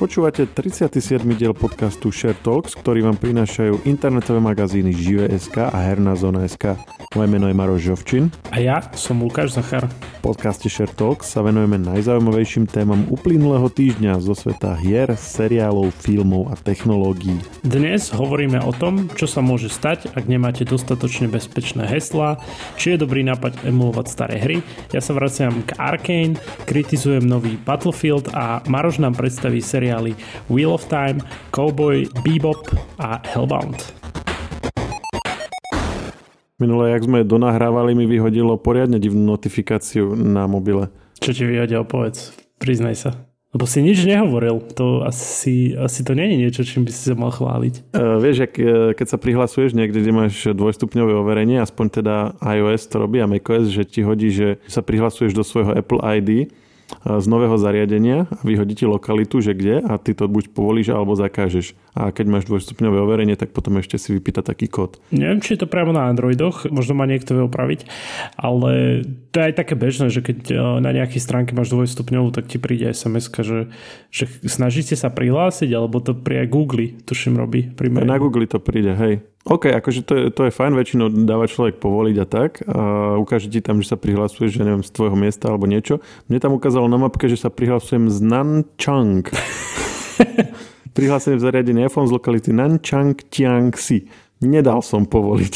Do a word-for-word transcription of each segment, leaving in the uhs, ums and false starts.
Počúvate tridsiaty siedmy diel podcastu Share Talks, ktorý vám prinášajú internetové magazíny Žive bodka es ká a Herná zóna bodka es ká. Moje meno je Maroš Žovčin. A ja som Lukáš Zachar. V podcaste Share Talks sa venujeme najzaujímavejším témam uplynulého týždňa zo sveta hier, seriálov, filmov a technológií. Dnes hovoríme o tom, čo sa môže stať, ak nemáte dostatočne bezpečné heslá, či je dobrý nápad emulovať staré hry. Ja sa vraciam k Arcane, kritizujem nový Battlefield a Maroš nám predstaví seriály Wheel of Time, Cowboy Bebop a Hellbound. Minule, jak sme donahrávali, mi vyhodilo poriadne divnú notifikáciu na mobile. Čo ti vyhodil, povedz, priznaj sa. Lebo si nič nehovoril, to asi, asi to nie je niečo, čím by si sa mal chváliť. Uh, vieš, jak, keď sa prihlasuješ niekde, kde máš dvojstupňové overenie, aspoň teda iOS to robí a macOS, že ti hodí, že sa prihlasuješ do svojho Apple í dé z nového zariadenia a vyhodí ti lokalitu, že kde a ty to buď povolíš alebo zakážeš. A keď máš dvojstupňové overenie, tak potom ešte si vypýta taký kód. Neviem, či je to priamo na Androidoch, možno ma niekto vie opraviť, ale to je aj také bežné, že keď na nejakej stránke máš dvojstupňovú, tak ti príde es em eska, že, že snažíte sa prihlásiť, alebo to pri Google, tuším, robí. Pri na Google to príde, hej. OK, akože to je, to je fajn, väčšinou dáva človek povoliť a tak a ukáže ti tam, že sa prihlasuješ, že neviem, z tvojho miesta alebo niečo. Mne tam ukázalo na mapke, že sa prihlasujem z Nanchang. Prihlásenie v zariadení iPhone z lokality Nanchang Tiangsi. Nedal som povoliť.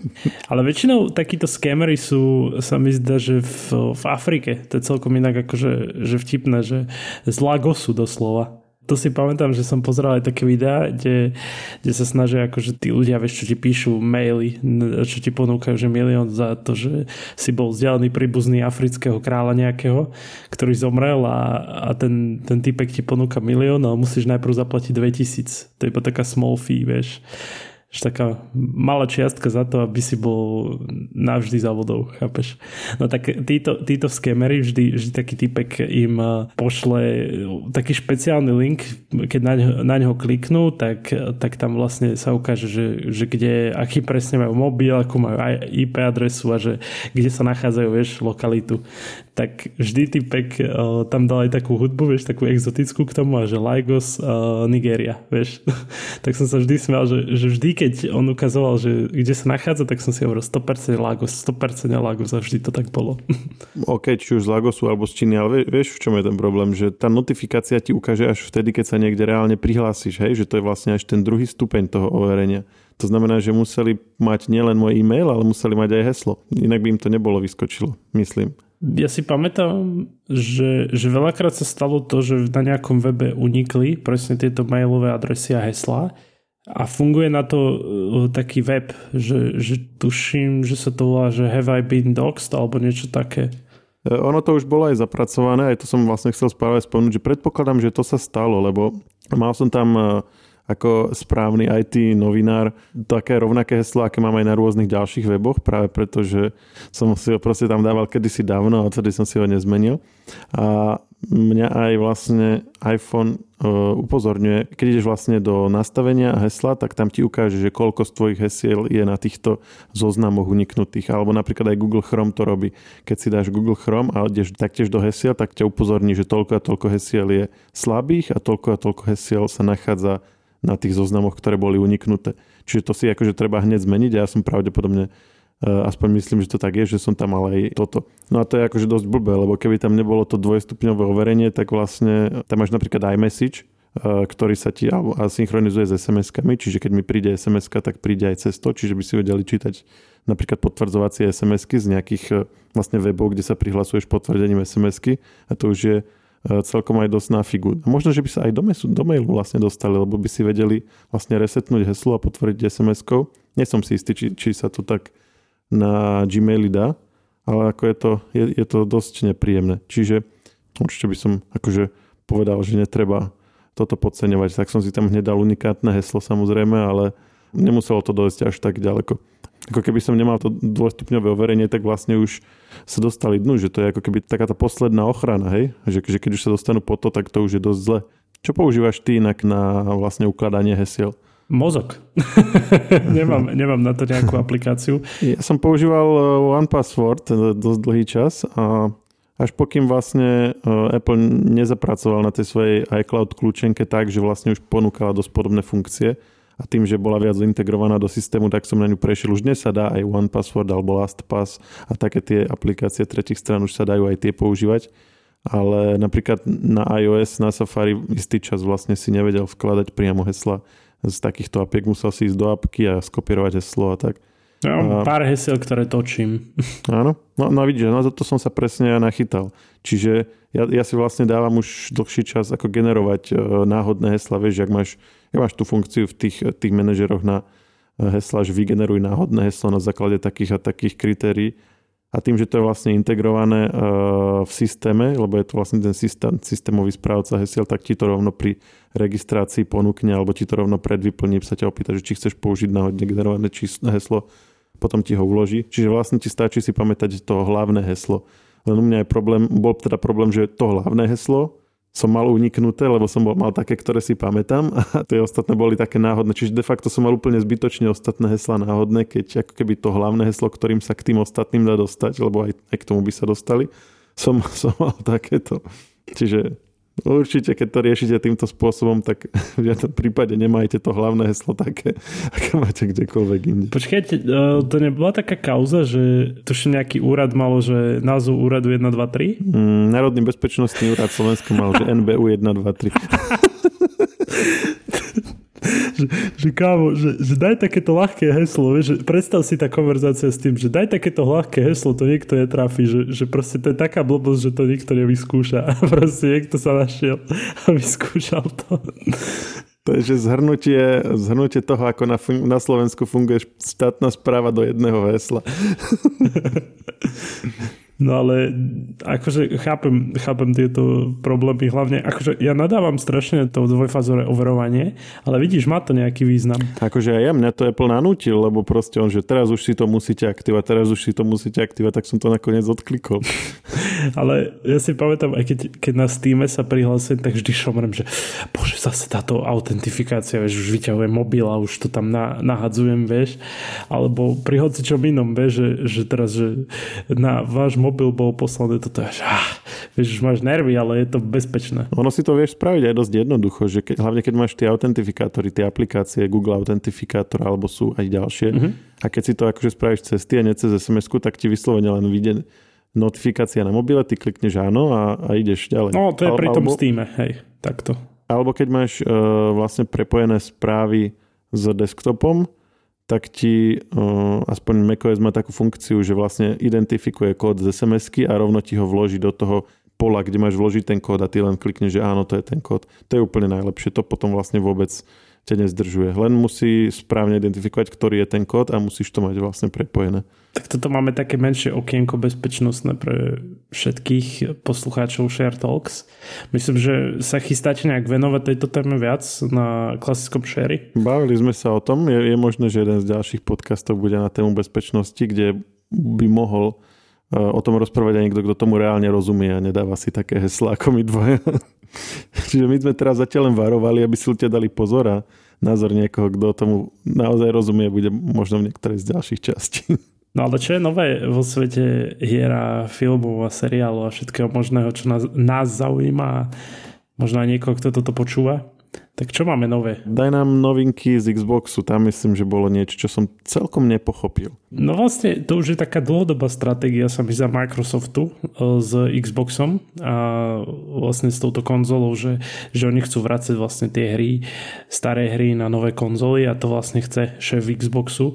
Ale väčšinou takíto scamery sú, sa mi zdá, že v, v Afrike. To je celkom inak akože že vtipné, že z Lagosu doslova. To si pamätám, že som pozeral aj také videá, kde, kde sa snažia akože tí ľudia, vieš, čo ti píšu maily, čo ti ponúkajú, že milión za to, že si bol vzdialený príbuzný afrického kráľa nejakého, ktorý zomrel a, a ten, ten typek ti ponúka milión, ale musíš najprv zaplatiť dvetisíc. To je iba taká small fee, vieš. Že taká malá čiastka za to, aby si bol navždy za vodou, chápeš? No tak títo, títo scamery, vždy, vždy taký typek im pošle taký špeciálny link, keď na ňo, na ňo kliknú, tak, tak tam vlastne sa ukáže, že, že kde, aký presne majú mobil, akú majú í pé adresu a že kde sa nachádzajú, vieš, lokalitu. Tak vždy typek uh, tam dal aj takú hudbu, vieš, takú exotickú k tomu a že Lagos, uh, Nigeria, vieš. Tak som sa vždy smial, že, že vždy, keď on ukazoval, že kde sa nachádza, tak som si hovoril sto percent Lagos, sto percent Lagos a vždy to tak bolo. OK, či už z Lagosu alebo z Číny, ale vieš, v čom je ten problém, že tá notifikácia ti ukáže až vtedy, keď sa niekde reálne prihlásiš, hej, že to je vlastne až ten druhý stupeň toho overenia. To znamená, že museli mať nielen môj e-mail, ale museli mať aj heslo. Inak by im to nebolo vyskočilo, myslím. Ja si pamätám, že, že veľakrát sa stalo to, že na nejakom webe unikli presne tieto mailové adresy a heslá a funguje na to taký web, že, že tuším, že sa to volá, že have I been doxed alebo niečo také. Ono to už bolo aj zapracované, aj to som vlastne chcel práve spomenúť, že predpokladám, že to sa stalo, lebo mal som tam ako správny í té novinár také rovnaké heslo, aké mám aj na rôznych ďalších weboch, práve preto, že som si ho proste tam dával kedysi dávno a odtedy som si ho nezmenil. A mňa aj vlastne iPhone uh, upozorňuje, keď ideš vlastne do nastavenia a hesla, tak tam ti ukáže, že koľko z tvojich hesiel je na týchto zoznamoch uniknutých. Alebo napríklad aj Google Chrome to robí. Keď si dáš Google Chrome a ideš taktiež do hesiel, tak ťa upozorní, že toľko a toľko hesiel je slabých a toľko a toľko hesiel sa nachádza na tých zoznamoch, ktoré boli uniknuté. Čiže to si akože treba hneď zmeniť a ja som pravdepodobne, aspoň myslím, že to tak je, že som tam mal aj toto. No a to je akože dosť blbé, lebo keby tam nebolo to dvojstupňové overenie, tak vlastne tam máš napríklad iMessage, ktorý sa ti synchronizuje s es em eskami, čiže keď mi príde es em eska, tak príde aj cez to, čiže by si vedeli čítať napríklad potvrdzovacie es em esky z nejakých vlastne webov, kde sa prihlasuješ potvrdením es em esky a to už je celkom aj dosť na figu. A možno, že by sa aj do, mesu, do mailu vlastne dostali, lebo by si vedeli vlastne resetnúť heslo a potvrdiť es em eskou. Nie som si istý, či, či sa to tak na Gmaili dá, ale ako je to, je, je to dosť nepríjemné. Čiže určite by som akože povedal, že netreba toto podceňovať. Tak som si tam hneď dal unikátne heslo samozrejme, ale nemuselo to dojsť až tak ďaleko. Ako keby som nemal to dvojstupňové overenie, tak vlastne už sa dostali dnu, že to je ako keby taká tá posledná ochrana, hej? Že, že keď už sa dostanú po to, tak to už je dosť zle. Čo používaš ty inak na vlastne ukladanie hesiel? Mozog. nemám, nemám na to nejakú aplikáciu. Ja som používal OnePassword dosť dlhý čas a až pokým vlastne Apple nezapracoval na tej svojej iCloud kľúčenke tak, že vlastne už ponúkala dosť podobné funkcie a tým, že bola viac integrovaná do systému, tak som na ňu prešiel. Už dnes sa dá aj OnePassword alebo LastPass a také tie aplikácie tretích strán už sa dajú aj tie používať. Ale napríklad na iOS, na Safari istý čas vlastne si nevedel vkladať priamo hesla z takýchto apiek, musel si ísť do apky a skopírovať heslo a tak. Ja mám a... pár hesiel, ktoré točím. Áno, no, no vidíš, na toto som sa presne ja nachytal. Čiže ja, ja si vlastne dávam už dlhší čas ako generovať uh, náhodné hesla. Vieš, ak máš, ak máš tú funkciu v tých, tých manažeroch na hesla, že vygeneruj náhodné heslo na základe takých a takých kritérií. A tým, že to je vlastne integrované uh, v systéme, lebo je to vlastne ten systém, systémový správca hesiel, tak ti to rovno pri registrácii ponúkne, alebo ti to rovno predvyplní, sa ťa opýta, že či chceš použiť náhodne generované číslo, heslo, potom ti ho uloží. Čiže vlastne ti stačí si pamätať to hlavné heslo. Len u mňa je problém, bol teda problém, že to hlavné heslo som mal uniknuté, lebo som bol, mal také, ktoré si pamätám a tie ostatné boli také náhodné. Čiže de facto som mal úplne zbytočne ostatné heslá náhodné, keď ako keby to hlavné heslo, ktorým sa k tým ostatným dá dostať, lebo aj, aj k tomu by sa dostali, som, som mal takéto. Čiže určite, keď to riešite týmto spôsobom, tak v žiadnom prípade nemajte to hlavné heslo také, aké máte kdekoľvek inde. Počkajte, to nebola taká kauza, že tuším nejaký úrad malo, že názov úradu jeden, dva, tri? Mm, Národný bezpečnostný úrad Slovenska mal, že en bé ú jeden, dva, tri. že, že kámo, že, že daj takéto ľahké heslo, vieš, že predstav si tá konverzácia s tým, že daj takéto ľahké heslo, to nikto netrafí, že, že proste to je taká blbosť, že to nikto nevyskúša a proste niekto sa našiel a vyskúšal to. To je, že zhrnutie, zhrnutie toho, ako na, fun- na Slovensku funguje štátna správa do jedného hesla. No ale akože chápem, chápem tieto problémy, hlavne akože ja nadávam strašne to dvojfázové overovanie, ale vidíš, má to nejaký význam. Akože aj ja, mňa to Apple nanútil, lebo proste on, že teraz už si to musíte aktivovať, teraz už si to musíte aktivovať, tak som to nakoniec odklikol. Ale ja si pamätám, aj keď, keď na Steame sa prihlásim, tak vždy šomrem, že bože, zase táto autentifikácia, vieš, už vyťahujem mobil a už to tam na, nahadzujem, vieš, alebo pri hocičom inom, vieš, že, že teraz, že na váš mobil mobil bol poslané toto až, ah, vieš, už máš nervy, ale je to bezpečné. Ono si to vieš spraviť aj dosť jednoducho, že keď, hlavne keď máš tie autentifikátory, tie aplikácie, Google Autentifikátor, alebo sú aj ďalšie. Mm-hmm. A keď si to akože spravíš cez ty a nie cez es em esku, tak ti vyslovene len vyjde notifikácia na mobile, ty klikneš áno a, a ideš ďalej. No, to je Al, pri tom alebo, Steame, hej, takto. Alebo keď máš uh, vlastne prepojené správy s desktopom, tak ti uh, aspoň macOS má takú funkciu, že vlastne identifikuje kód z es em esky a rovno ti ho vloží do toho pola, kde máš vložiť ten kód a ty len klikneš, že áno, to je ten kód. To je úplne najlepšie. To potom vlastne vôbec ťa nezdržuje. Len musí správne identifikovať, ktorý je ten kód a musíš to mať vlastne prepojené. Tak toto máme také menšie okienko bezpečnostné pre všetkých poslucháčov Share Talks. Myslím, že sa chystáte nejak venovať tejto téme viac na klasickom share. Bavili sme sa o tom. Je, je možné, že jeden z ďalších podcastov bude na tému bezpečnosti, kde by mohol uh, o tom rozprávať aj niekto, kto tomu reálne rozumie a nedáva si také heslá ako my dvoje. Čiže my sme teraz zatiaľ len varovali, aby si ľudia dali pozor a názor niekoho, kto tomu naozaj rozumie, bude možno v niektorej z ďalších častí. No ale čo je nové vo svete hier a filmov a seriálov a všetkého možného, čo nás, nás zaujíma, možno aj niekoho, kto toto počúva? Tak čo máme nové? Daj nám novinky z Xboxu, tam myslím, že bolo niečo, čo som celkom nepochopil. No vlastne to už je taká dlhodobá stratégia sa mi za Microsoftu s Xboxom a vlastne s touto konzolou, že, že oni chcú vracať vlastne tie hry, staré hry na nové konzoly a to vlastne chce šéf Xboxu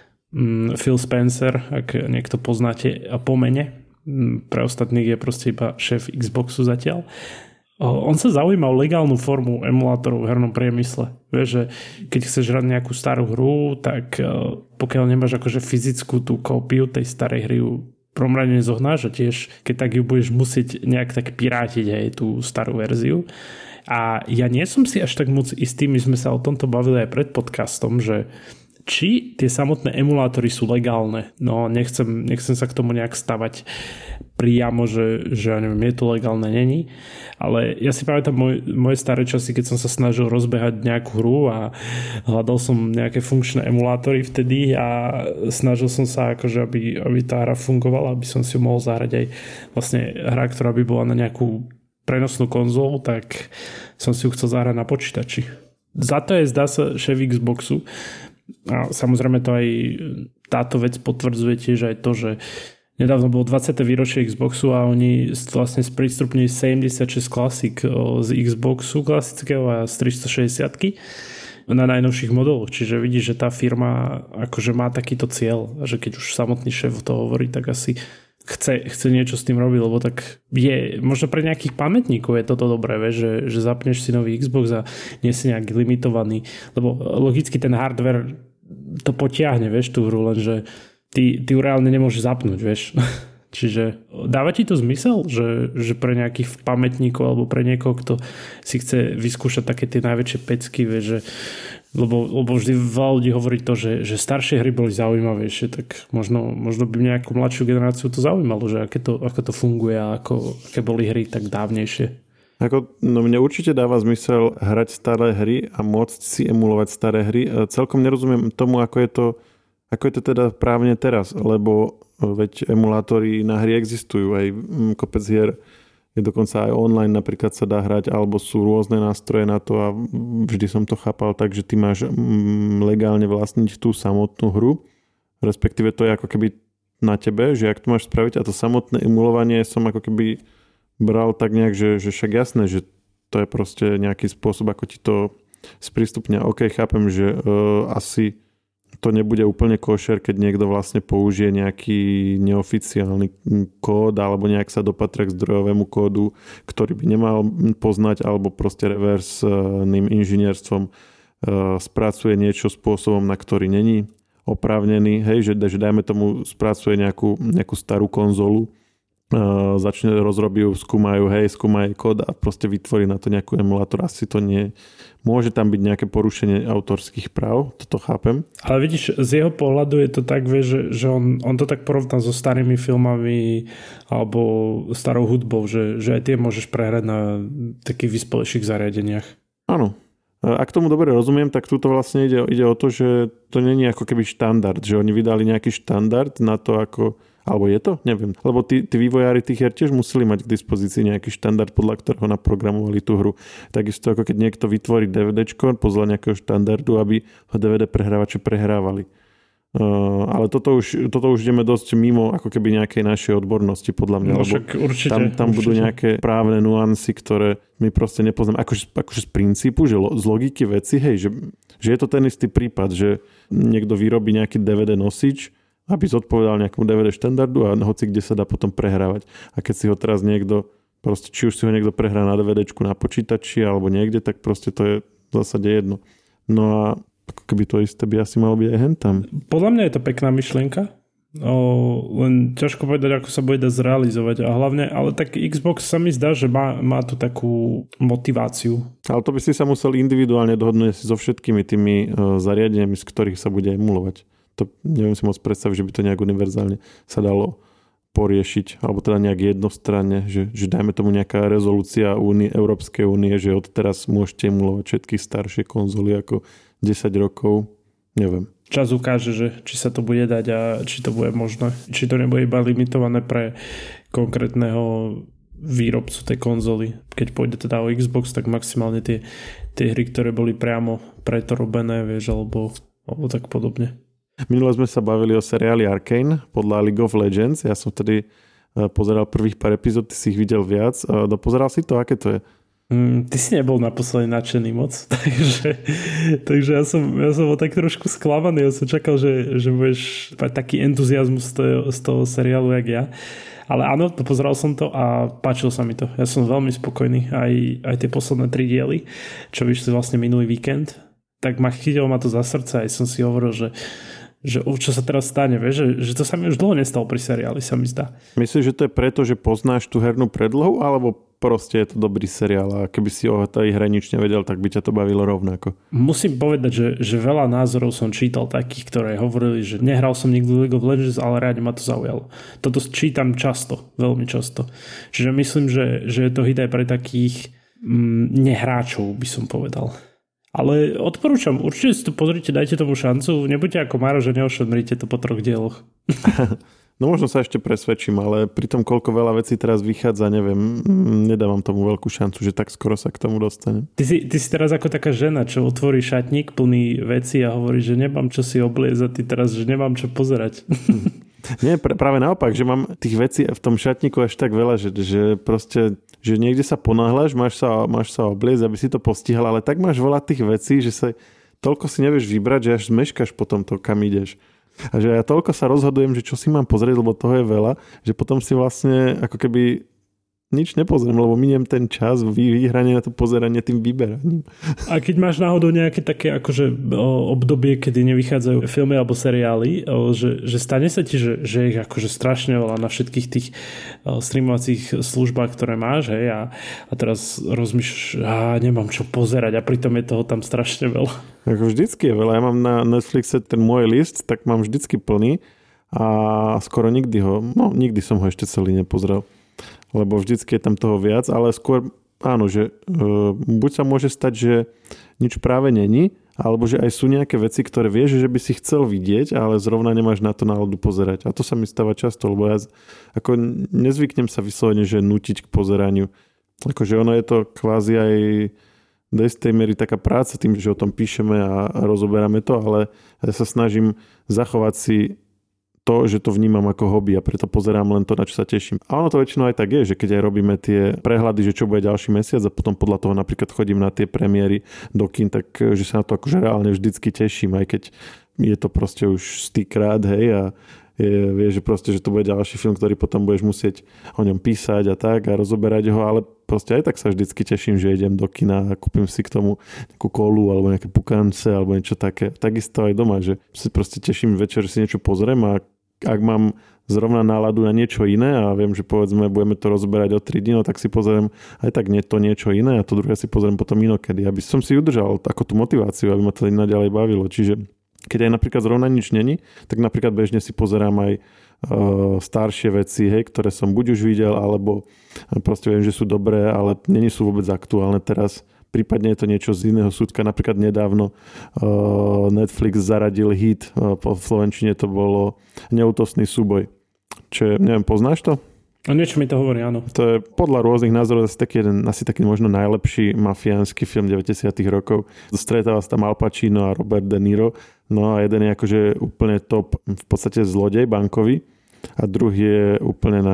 Phil Spencer, ak niekto poznáte a pomene. Pre ostatných je proste iba šéf Xboxu zatiaľ. On sa zaujíma o legálnu formu emulátorov v hernom priemysle. Vieš, že keď chceš hrať nejakú starú hru, tak pokiaľ nemáš akože fyzickú tú kópiu tej starej hry, prvom rade nezohnáš a tiež keď tak ju budeš musieť nejak tak pirátiť aj tú starú verziu. A ja nie som si až tak moc istý, my sme sa o tomto bavili aj pred podcastom, že či tie samotné emulátory sú legálne. No nechcem, nechcem sa k tomu nejak stavať priamo, že, že ja neviem, je to legálne, není. Ale ja si pamätám moj, moje staré časy, keď som sa snažil rozbehať nejakú hru a hľadal som nejaké funkčné emulátory vtedy a snažil som sa akože, aby, aby tá hra fungovala, aby som si ju mohol zahrať aj vlastne hra, ktorá by bola na nejakú prenosnú konzolu, tak som si ju chcel zahrať na počítači. Za to je, zdá sa, šéf Xboxu. A samozrejme to aj táto vec potvrdzuje tiež aj to, že nedávno bolo dvadsiate výročie Xboxu a oni vlastne sprístupnili sedemdesiatšesť klasík z Xboxu klasického a z tristošesťdesiatky na najnovších modeloch. Čiže vidíš, že tá firma akože má takýto cieľ a že keď už samotný šéf to hovorí, tak asi chce, chce niečo s tým robiť, lebo tak je, možno pre nejakých pamätníkov je toto dobré, vieš, že, že zapneš si nový Xbox a nie si nejak limitovaný, lebo logicky ten hardware to potiahne, vieš, tú hru, lenže ty, ty ju reálne nemôžeš zapnúť, vieš. Čiže dáva ti to zmysel, že, že pre nejakých pamätníkov alebo pre niekoho, kto si chce vyskúšať také tie najväčšie pecky, vieš, že Lebo, lebo vždy veľa ľudí hovorí to, že, že staršie hry boli zaujímavejšie, tak možno, možno by nejakú mladšiu generáciu to zaujímalo, že aké to, ako to funguje a ako, aké boli hry tak dávnejšie. Ako, no mne určite dáva zmysel hrať staré hry a môcť si emulovať staré hry. Celkom nerozumiem tomu, ako je to, ako je to teda právne teraz, lebo veď emulátory na hry existujú, aj kopec hier je dokonca aj online napríklad sa dá hrať, alebo sú rôzne nástroje na to a vždy som to chápal tak, že ty máš legálne vlastniť tú samotnú hru, respektíve to je ako keby na tebe, že ak to máš spraviť a to samotné emulovanie som ako keby bral tak nejak, že, že však jasné, že to je proste nejaký spôsob, ako ti to sprístupňa. OK, chápem, že uh, asi to nebude úplne košer, keď niekto vlastne použije nejaký neoficiálny kód alebo nejak sa dopatria k zdrojovému kódu, ktorý by nemal poznať alebo proste reversným inžinierstvom spracuje niečo spôsobom, na ktorý není oprávnený. Hej, že, že dajme tomu spracuje nejakú, nejakú starú konzolu, začne rozrobí ju, skúmajú, hej, skúmajú kód a proste vytvorí na to nejakú emulátor. Asi to nie. Môže tam byť nejaké porušenie autorských práv, toto chápem. Ale vidíš, z jeho pohľadu je to tak, vieš, že, že on, on to tak porovná so starými filmami alebo starou hudbou, že, že aj tie môžeš prehrať na takých vyspelejších zariadeniach. Áno. Ak tomu dobre rozumiem, tak tu vlastne ide, ide o to, že to nie je ako keby štandard, že oni vydali nejaký štandard na to, ako alebo je to? Neviem. Lebo tí, tí vývojári tých hier tiež museli mať k dispozícii nejaký štandard, podľa ktorého naprogramovali tú hru. Takisto ako keď niekto vytvorí DVDčko podľa nejakého štandardu, aby ho dé vé dé prehrávače prehrávali. Uh, ale toto už, toto už ideme dosť mimo ako keby nejakej našej odbornosti podľa mňa, no, lebo určite, tam, tam určite. budú nejaké právne nuancy, ktoré my proste nepoznáme. Akože, akože z princípu, že lo, z logiky veci, hej, že, že je to ten istý prípad, že niekto vyrobí nejaký dé vé dé nosič, aby zodpovedal nejakému dé vé dé štandardu a hoci kde sa dá potom prehrávať. A keď si ho teraz niekto, proste, či už si ho niekto prehrá na DVDčku na počítači alebo niekde, tak proste to je v zásade jedno. No a ako keby to isté by asi malo byť aj hentam. Podľa mňa je to pekná myšlienka, o, len ťažko povedať, ako sa bude dať zrealizovať. A hlavne, ale tak Xbox sa mi zdá, že má, má tu takú motiváciu. Ale to by si sa musel individuálne dohodnúť so všetkými tými uh, zariadeniami, z ktorých sa bude emulovať. To neviem si moc predstaviť, že by to nejak univerzálne sa dalo poriešiť, alebo teda nejak jednostranne, že, že dajme tomu nejaká rezolúcia únie, Európskej únie, že od teraz môžete emulovať všetky staršie konzoly ako desať rokov. Neviem. Čas ukáže, že či sa to bude dať a či to bude možné. Či to nebude iba limitované pre konkrétneho výrobcu tej konzoly. Keď pôjde teda o Xbox, tak maximálne tie, tie hry, ktoré boli priamo preto robené, vieš, alebo, alebo tak podobne. Minule sme sa bavili o seriáli Arcane podľa League of Legends. Ja som vtedy pozeral prvých pár epizód, ty si ich videl viac. Dopozeral si to? Aké to je? Mm, ty si nebol naposledy nadšený moc, takže, takže ja, som, ja som bol tak trošku sklamaný. Ja som čakal, že, že budeš mať taký entuziazmus z toho, z toho seriálu, jak ja. Ale áno, pozeral som to a páčilo sa mi to. Ja som veľmi spokojný. Aj, aj tie posledné tri diely, čo vyšli vlastne minulý víkend, tak ma chytilo ma to za srdce. Aj som si hovoril, že že čo sa teraz stane, vieš, že, že to sa mi už dlho nestalo pri seriáli, sa mi zdá. Myslíš, že to je preto, že poznáš tú hernú predlohu, alebo proste je to dobrý seriál a keby si o tej hre nič nevedel, tak by ťa to bavilo rovnako. Musím povedať, že, že veľa názorov som čítal takých, ktoré hovorili, že nehral som nikdy League of Legends, ale reálne ma to zaujalo. Toto čítam často, veľmi často. Čiže myslím, že, že je to hit aj pre takých mm, nehráčov, by som povedal. Ale odporúčam, určite si to pozrite, dajte tomu šancu. Nebuďte ako Maro, že neošomrite to po troch dieloch. No možno sa ešte presvedčím, ale pri tom, koľko veľa vecí teraz vychádza, neviem, nedávam tomu veľkú šancu, že tak skoro sa k tomu dostanem. Ty si, ty si teraz ako taká žena, čo otvorí šatník plný veci a hovorí, že nemám čo si obliecť a ty teraz, že nemám čo pozerať. Nie, pr- práve naopak, že mám tých vecí v tom šatníku až tak veľa, že, že proste, že niekde sa ponáhľaš, máš sa, máš sa obliecť, aby si to postihal, ale tak máš veľa tých vecí, že sa toľko si nevieš vybrať, že až zmeškaš potom to, kam ideš. A že ja toľko sa rozhodujem, že čo si mám pozrieť, lebo toho je veľa, že potom si vlastne ako keby nič nepozriem, lebo miniem ten čas vyhranie na to pozeranie tým vyberaním. A keď máš náhodou nejaké také akože obdobie, kedy nevychádzajú filmy alebo seriály, že, že stane sa ti, že, že ich akože strašne veľa na všetkých tých streamovacích službách, ktoré máš, hej, a, a teraz rozmýšľaš, a nemám čo pozerať a pritom je toho tam strašne veľa. Ako vždycky je veľa. Ja mám na Netflixe ten môj list, tak mám vždycky plný a skoro nikdy ho, no nikdy som ho ešte celý nepozrel. Lebo vždycky je tam toho viac, ale skôr áno, že uh, buď sa môže stať, že nič práve není, alebo že aj sú nejaké veci, ktoré vieš, že by si chcel vidieť, ale zrovna nemáš na to náladu pozerať. A to sa mi stáva často, lebo ja ako nezvyknem sa vyslovene, že nútiť k pozeraniu. Akože ono je to kvázi aj do istej miery taká práca tým, že o tom píšeme a, a rozoberáme to, ale ja sa snažím zachovať si to, že to vnímam ako hobby a preto pozerám len to, na čo sa teším. A ono to väčšinou aj tak je, že keď aj robíme tie prehľady, že čo bude ďalší mesiac a potom podľa toho napríklad chodím na tie premiéry do kin, tak že sa na to akože reálne vždycky teším, aj keď je to proste už stýkrát, hej, a je, vieš, že proste, že to bude ďalší film, ktorý potom budeš musieť o ňom písať a tak a rozoberať ho, ale proste aj tak sa vždycky teším, že idem do kina a kúpim si k tomu nejakú kolu alebo nejaké pukance alebo niečo také. Takisto aj doma, že si proste teším večer, že si niečo pozriem a ak mám zrovna náladu na niečo iné a viem, že povedzme budeme to rozoberať o tri dní, no tak si pozriem aj tak nie, to niečo iné a to druhé si pozriem potom inokedy, aby som si udržal takú tú motiváciu, aby ma to naďalej bavilo. Čiže keď aj napríklad zrovna nič není, tak napríklad bežne si pozerám aj uh, staršie veci, hej, ktoré som buď už videl, alebo proste viem, že sú dobré, ale není sú vôbec aktuálne teraz. Prípadne je to niečo z iného súdka. Napríklad nedávno uh, Netflix zaradil hit, uh, po slovenčine to bolo Neútostný súboj. Čo je, neviem, poznáš to? A niečo mi to hovorí, áno. To je podľa rôznych názorov asi taký, jeden, asi taký možno najlepší mafiánsky film deväťdesiatych rokov. Stretáva sa tam Al Pacino a Robert De Niro. No a jeden je akože úplne top, v podstate zlodej bankový a druhý je úplne na,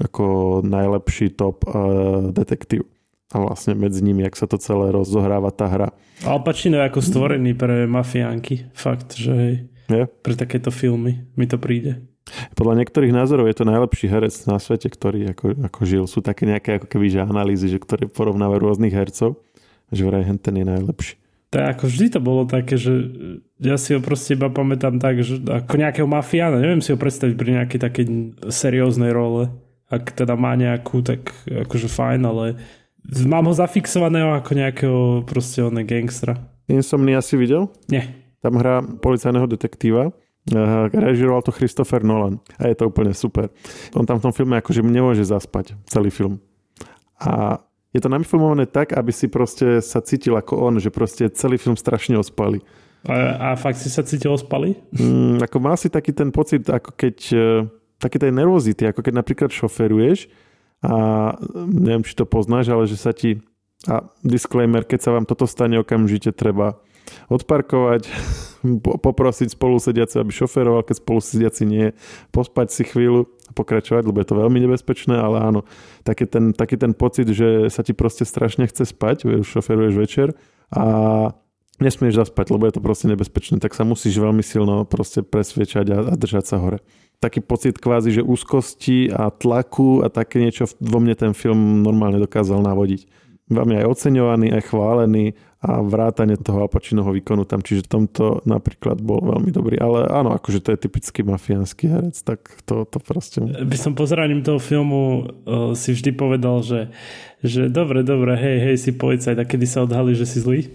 ako najlepší top uh, detektív. A vlastne medzi nimi, jak sa to celé rozohráva tá hra. Al Pacino je ako stvorený pre mafiánky. Fakt, že hej. Yeah. Pre takéto filmy mi to príde. Podľa niektorých názorov je to najlepší herec na svete, ktorý ako, ako žil. Sú také nejaké ako keby že analýzy, že ktoré porovnávajú rôznych hercov. Že vraj ten je najlepší. Tak ako vždy to bolo také, že ja si ho proste iba pamätám tak, že ako nejakého mafiána. Neviem si ho predstaviť pri nejakej takej serióznej role. Ak teda má nejakú, tak akože fajn, ale mám ho zafixovaného ako nejakého proste oné gangstra. Insomnia si videl? Nie. Tam hrá policajného detektíva. Režiroval to Christopher Nolan. A je to úplne super. On tam v tom filme akože nemôže zaspať celý film. A je to nafilmované tak, aby si proste sa cítil ako on, že proste celý film strašne ospali. A, a fakt si sa cítil ospali? Mm, ako mal si taký ten pocit, ako keď také tej nervozity, ako keď napríklad šoferuješ a neviem, či to poznáš, ale že sa ti, a disclaimer, keď sa vám toto stane, okamžite treba odparkovať, poprosiť spolusediaci, aby šoferoval, keď spolusediaci nie, pospať si chvíľu a pokračovať, lebo je to veľmi nebezpečné, ale áno, taký ten, taký ten pocit, že sa ti proste strašne chce spať, už šoferuješ večer a nesmieš zaspať, lebo je to proste nebezpečné, tak sa musíš veľmi silno proste presviečať a, a držať sa hore. Taký pocit kvázi, že úzkosti a tlaku a také niečo vo mne ten film normálne dokázal navodiť. Veľmi aj oceňovaný, aj chválený a vrátanie toho Al Pacinoho výkonu tam, čiže tomto napríklad bol veľmi dobrý, ale áno, akože to je typický mafiánsky herec, tak to, to proste... By som pozeraním toho filmu uh, si vždy povedal, že, že dobre, dobre, hej, hej, si policajt, a kedy sa odhalí, že si zlý?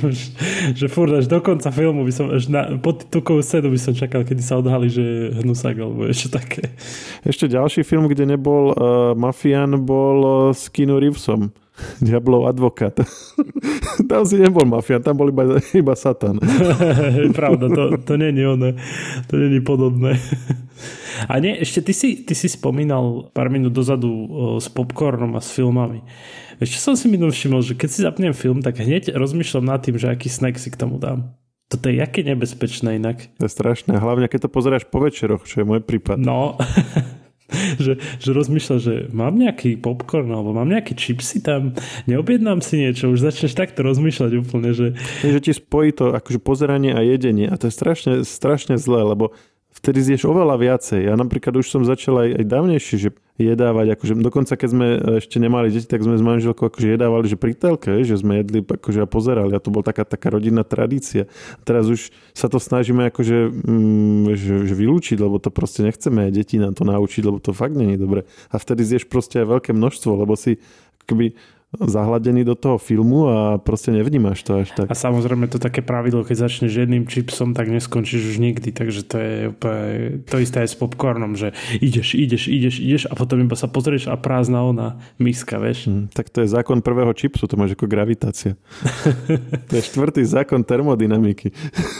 Že furt až do konca filmu by som, až na podtitulkovú scénu by som čakal, kedy sa odhalí, že je hnusák, alebo ešte také. Ešte ďalší film, kde nebol uh, mafián, bol uh, s Keanu Reevesom. Diablov advokát. Tam si nebol mafián, tam bol iba, iba Satan. Pravda, to, to není ono. To není podobné. A nie, ešte ty si, ty si spomínal pár minút dozadu o, s popcornom a s filmami. Vieš, čo som si minul všimol, že keď si zapnem film, tak hneď rozmýšľam nad tým, že aký snack si k tomu dám. Toto je jaké nebezpečné inak. To je strašné. Hlavne, keď to pozeráš po večeroch, čo je môj prípad. No... že, že rozmýšľa, že mám nejaký popcorn alebo mám nejaké čipsy tam, neobjednám si niečo, už začneš takto rozmýšľať úplne, že... Že ti spojí to akože pozeranie a jedenie a to je strašne, strašne zlé, lebo vtedy zješ oveľa viacej. Ja napríklad už som začal aj, aj dávnejšie, že jedávať, akože dokonca keď sme ešte nemali deti, tak sme s manželkou akože jedávali, že pri telke, že sme jedli akože a pozerali a to bola taká, taká rodinná tradícia. Teraz už sa to snažíme akože mm, že, že vylúčiť, lebo to proste nechceme aj deti nám to naučiť, lebo to fakt nie je dobre. A vtedy zješ proste aj veľké množstvo, lebo si akoby zahladený do toho filmu a proste nevnímaš to až tak. A samozrejme to také pravidlo, keď začneš jedným čipsom, tak neskončíš už nikdy, takže to je úplne to isté aj s popcornom, že ideš, ideš, ideš, ideš a potom iba sa pozrieš a prázdna ona miska, vieš. Hmm, tak to je zákon prvého čipsu, to máš ako gravitácia. To je štvrtý zákon termodynamiky.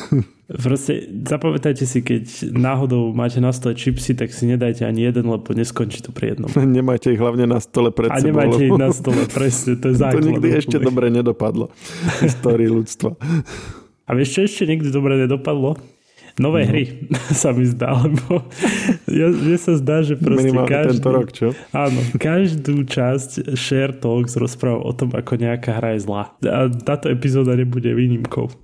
Proste zapamätajte si, keď náhodou máte na stole čipsy, tak si nedajte ani jeden, lebo neskončí to pri jednom. Nemajte ich hlavne na stole pred a sebou. A nemajte lebo... ich na stole, presne, to je základ. To nikdy ešte dobre nedopadlo v histórii ľudstva. A vieš, čo ešte nikdy dobre nedopadlo? Nové no. hry sa mi zdá, lebo ja, mne sa zdá, že proste minimálne každý... tento rok, čo? Áno, každú časť Share Talks rozpráva o tom, ako nejaká hra je zlá. A táto epizóda nebude výnimkou.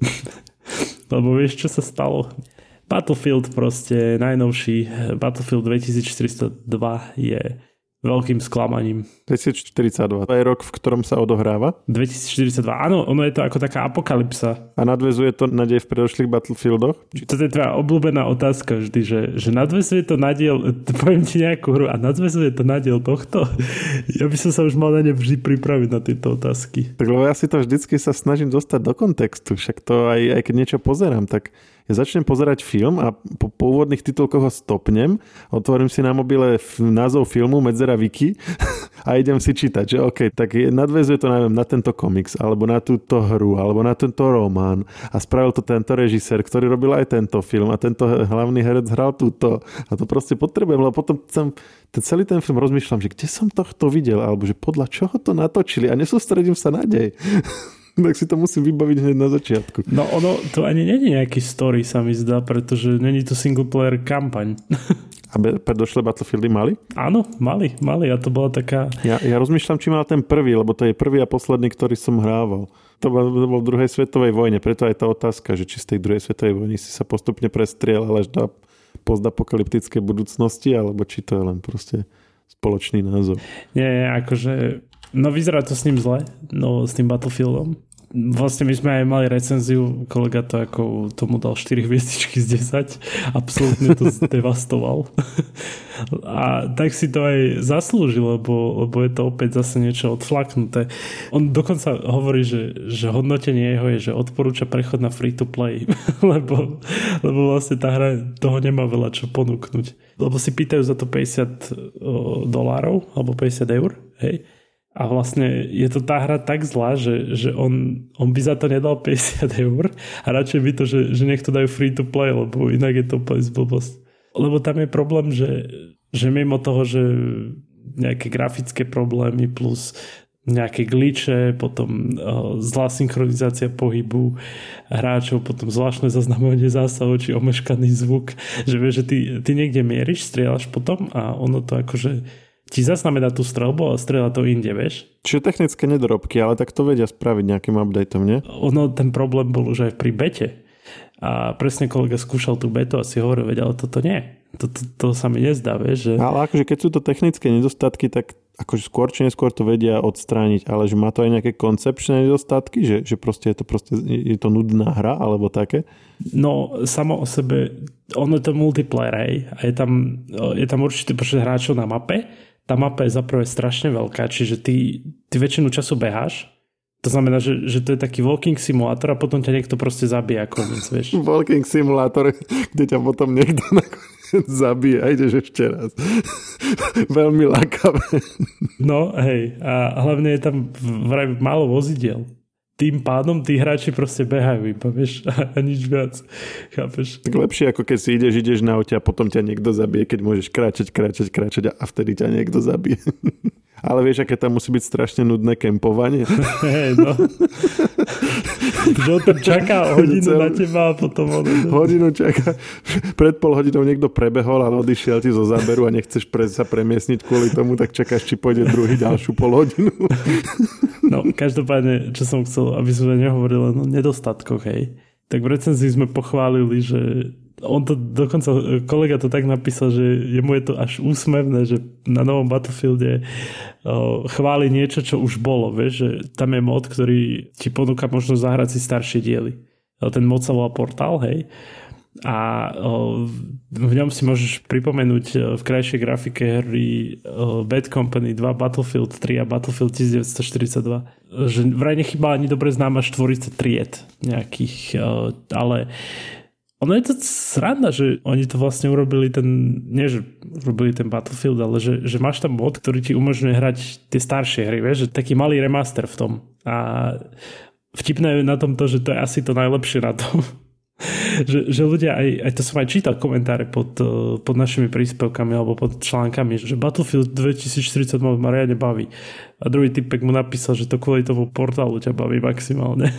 Lebo vieš, čo sa stalo? Battlefield proste, najnovší Battlefield dvetisícštyridsaťdva je veľkým sklamaním. dvetisícštyridsaťdva, to je rok, v ktorom sa odohráva? dvetisícštyridsaťdva, áno, ono je to ako taká apokalypsa. A nadväzuje to na dej v predošlých Battlefieldoch? Či... To je tvoja obľúbená otázka vždy, že, že nadväzuje to na diel, poviem ti nejakú hru a nadväzuje to na diel tohto. Ja by som sa už mal na ne vždy pripraviť na tieto otázky. Tak lebo ja si to vždycky sa snažím dostať do kontextu, však to aj, aj keď niečo pozerám, tak ja začnem pozerať film a po, po úvodných titulkoch ho stopnem, otvorím si na mobile f- názov filmu Medzera Wiki a idem si čítať, že OK, tak nadväzuje to neviem, na tento komiks, alebo na túto hru, alebo na tento román a spravil to tento režisér, ktorý robil aj tento film a tento hlavný herec hral túto a to proste potrebujem, lebo potom som ten celý ten film rozmýšľam, že kde som tohto videl, alebo že podľa čoho to natočili a nesústredím sa na dej. Tak si to musím vybaviť hneď na začiatku. No ono, to ani není nejaký story, sa mi zdá, pretože není to single player kampaň. A predošlé Battlefieldy mali? Áno, mali, mali a to bola taká... Ja, ja rozmýšľam, či mal ten prvý, lebo to je prvý a posledný, ktorý som hrával. To bol, to bol v druhej svetovej vojne, preto aj tá otázka, že či z tej druhej svetovej vojny si sa postupne prestrieľal až do postapokalyptickej budúcnosti, alebo či to je len proste spoločný názov. Nie, akože... No vyzerá to s ním zle, no s tým Battlefieldom. Vlastne my sme aj mali recenziu, kolega to ako tomu dal štyri hviezdičky z desať, absolútne to zdevastoval. A tak si to aj zaslúžil, lebo, lebo je to opäť zase niečo odflaknuté. On dokonca hovorí, že, že hodnotenie jeho je, že odporúča prechod na free to play, lebo, lebo vlastne tá hra toho nemá veľa čo ponúknuť. Lebo si pýtajú za to päťdesiat dolárov alebo päťdesiat eur, hej? A vlastne je to tá hra tak zlá, že, že on, on by za to nedal päťdesiat eur a radšej by to, že, že nech to dajú free to play, lebo inak je to úplne zblbosť. Lebo tam je problém, že, že mimo toho, že nejaké grafické problémy plus nejaké glitche, potom uh, zlá synchronizácia pohybu hráčov, potom zvláštne zaznamovanie zásahov či omeškaný zvuk, že vieš, že ty, ty niekde mieríš, strieľaš potom a ono to akože ti zaznamená tú strelbu a strieľa to inde, vieš? Čiže technické nedorobky, ale tak to vedia spraviť nejakým updateom, nie? Ono, ten problém bol už aj pri bete. A presne kolega skúšal tú betu a si hovoril, veď, ale toto nie. To, to, to sa mi nezdá, vieš. Že... Ale akože keď sú to technické nedostatky, tak akože skôr či neskôr to vedia odstrániť, ale že má to aj nejaké koncepčné nedostatky, že, že proste je to proste, je to nudná hra, alebo také? No, samo o sebe, ono je to multiplayer, hej, a je tam, je tam určitý počet hráčov na mape. Tá mapa je zaprvé strašne veľká, čiže ty, ty väčšinu času beháš. To znamená, že, že to je taký walking simulátor a potom ťa niekto proste zabíja koniec, vieš. Walking simulátor, kde ťa potom niekto zabije a ideš ešte raz. Veľmi lákavé. No, hej, a hlavne je tam vraj málo vozidiel. Tým pádom tí hráči proste behajú iba, vieš, a nič viac. Chápeš? Tak lepšie, ako keď si ideš, ideš na aute a potom ťa niekto zabije, keď môžeš kráčať, kráčať, kráčať a vtedy ťa niekto zabije. Ale vieš, aké tam musí byť strašne nudné kempovanie? Hej, no. Že on tam čaká hodinu na teba a potom... On... Hodinu čaká. Pred pol hodinou niekto prebehol a odišiel ti zo záberu a nechceš pre, sa premiesniť kvôli tomu, tak čakáš, či pôjde druhý ďalšiu pol hodinu. No, každopádne, čo som chcel, aby sme nehovorili o nedostatkoch, hej. Tak v recenzii sme pochválili, že on to dokonca, kolega to tak napísal, že jemu je to až úsmevné, že na novom Battlefielde o, chváli niečo, čo už bolo, vieš, že tam je mod, ktorý ti ponúka možnosť zahrať si staršie diely. O, ten mod sa volá Portal, hej. A o, v ňom si môžeš pripomenúť o, v krajšej grafike hry o, Bad Company dva, Battlefield tri a Battlefield devätnásťstoštyridsaťdva. Že vraj nechybá ani dobre známa štvorica tried nejakých, o, ale ono je to sranda, že oni to vlastne urobili ten, nie že urobili ten Battlefield, ale že, že máš tam mod, ktorý ti umožňuje hrať tie staršie hry, vieš, že taký malý remaster v tom. A vtipné je na tom to, že to je asi to najlepšie na tom. že, že ľudia, aj, aj to som aj čítal komentáre pod, pod našimi príspevkami alebo pod článkami, že Battlefield dvetisícštyridsať ma riadne baví. A druhý typek mu napísal, že to kvôli tomu portálu ťa baví maximálne.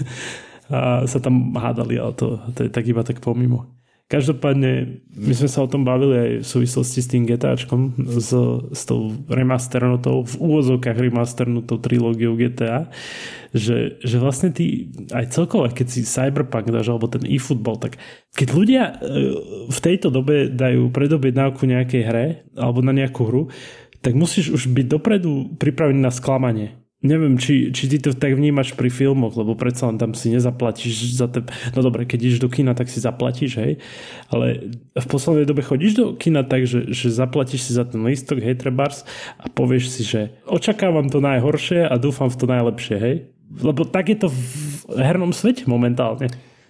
A sa tam hádali, ale to, to je tak iba tak pomimo. Každopádne, my sme sa o tom bavili aj v súvislosti s tým GTAčkom, s, s tou remasternutou, v úvozovkách remasternutou trilógiou G T A, že, že vlastne ty, aj celkovo, keď si Cyberpunk dáš, alebo ten eFootball, tak keď ľudia v tejto dobe dajú predobjednávku nejakej hre, alebo na nejakú hru, tak musíš už byť dopredu pripravený na sklamanie. Neviem, či, či ty to tak vnímaš pri filmoch, lebo predsa len tam si nezaplatíš za te... No dobre, keď ideš do kina, tak si zaplatíš, hej. Ale v poslednej dobe chodíš do kina tak, že, že zaplatíš si za ten lístok, hej, trebárs, a povieš si, že očakávam to najhoršie a dúfam v to najlepšie, hej. Lebo tak je to v hernom svete momentálne.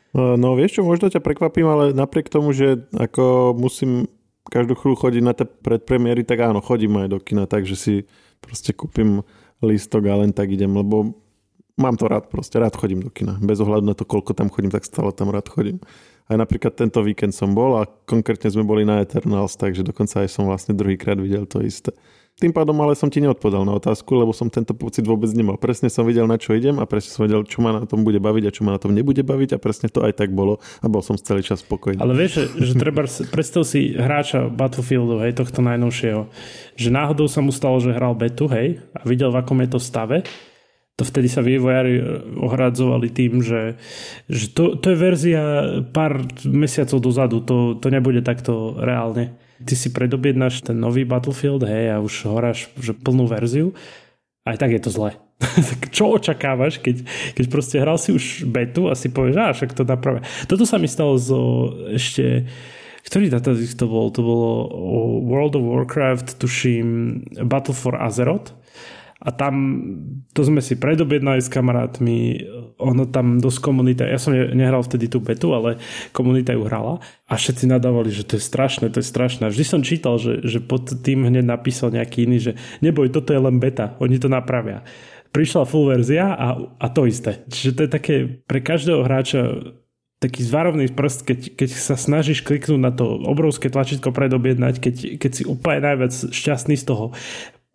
No vieš čo, možno ťa prekvapím, ale napriek tomu, že ako musím každú chvíľu chodiť na tie predpremiéry, tak áno, chodím aj do kina, takže si proste kúpim lístok a len tak idem, lebo mám to rád, proste rád chodím do kina. Bez ohľadu na to, koľko tam chodím, tak stále tam rád chodím. Aj napríklad tento víkend som bol a konkrétne sme boli na Eternals, takže dokonca aj som vlastne druhýkrát videl to isté. Tým pádom ale som ti neodpovedal na otázku, lebo som tento pocit vôbec nemal. Presne som videl, na čo idem a presne som vedel, čo ma na tom bude baviť a čo ma na tom nebude baviť a presne to aj tak bolo a bol som celý čas spokojný. Ale vieš, že, že treba predstav si hráča Battlefieldu, hej, tohto najnovšieho, že náhodou sa mu stalo, že hral betu, hej, a videl, v akom je to stave. To vtedy sa vývojári ohradzovali tým, že, že to, to je verzia pár mesiacov dozadu, to, to nebude takto reálne. Ty si predobjednáš ten nový Battlefield, hej, a už horáš že plnú verziu, aj tak je to zle. Čo očakávaš, keď, keď proste hral si už betu a si povieš, že však to napravia. Toto sa mi stalo zo ešte... Ktorý datadisk to bol? To bolo World of Warcraft, tuším Battle for Azeroth. A tam, to sme si predobjednali s kamarátmi, ono tam dosť komunita, ja som nehral vtedy tú betu, ale komunita ju hrala a všetci nadávali, že to je strašné, to je strašné. Vždy som čítal, že, že pod tým hneď napísal nejaký iný, že neboj, toto je len beta, oni to napravia. Prišla full verzia a, a to isté. Čiže to je také pre každého hráča taký zvarovný prst, keď, keď sa snažíš kliknúť na to obrovské tlačítko predobjednať, keď, keď si úplne najviac šťastný z toho,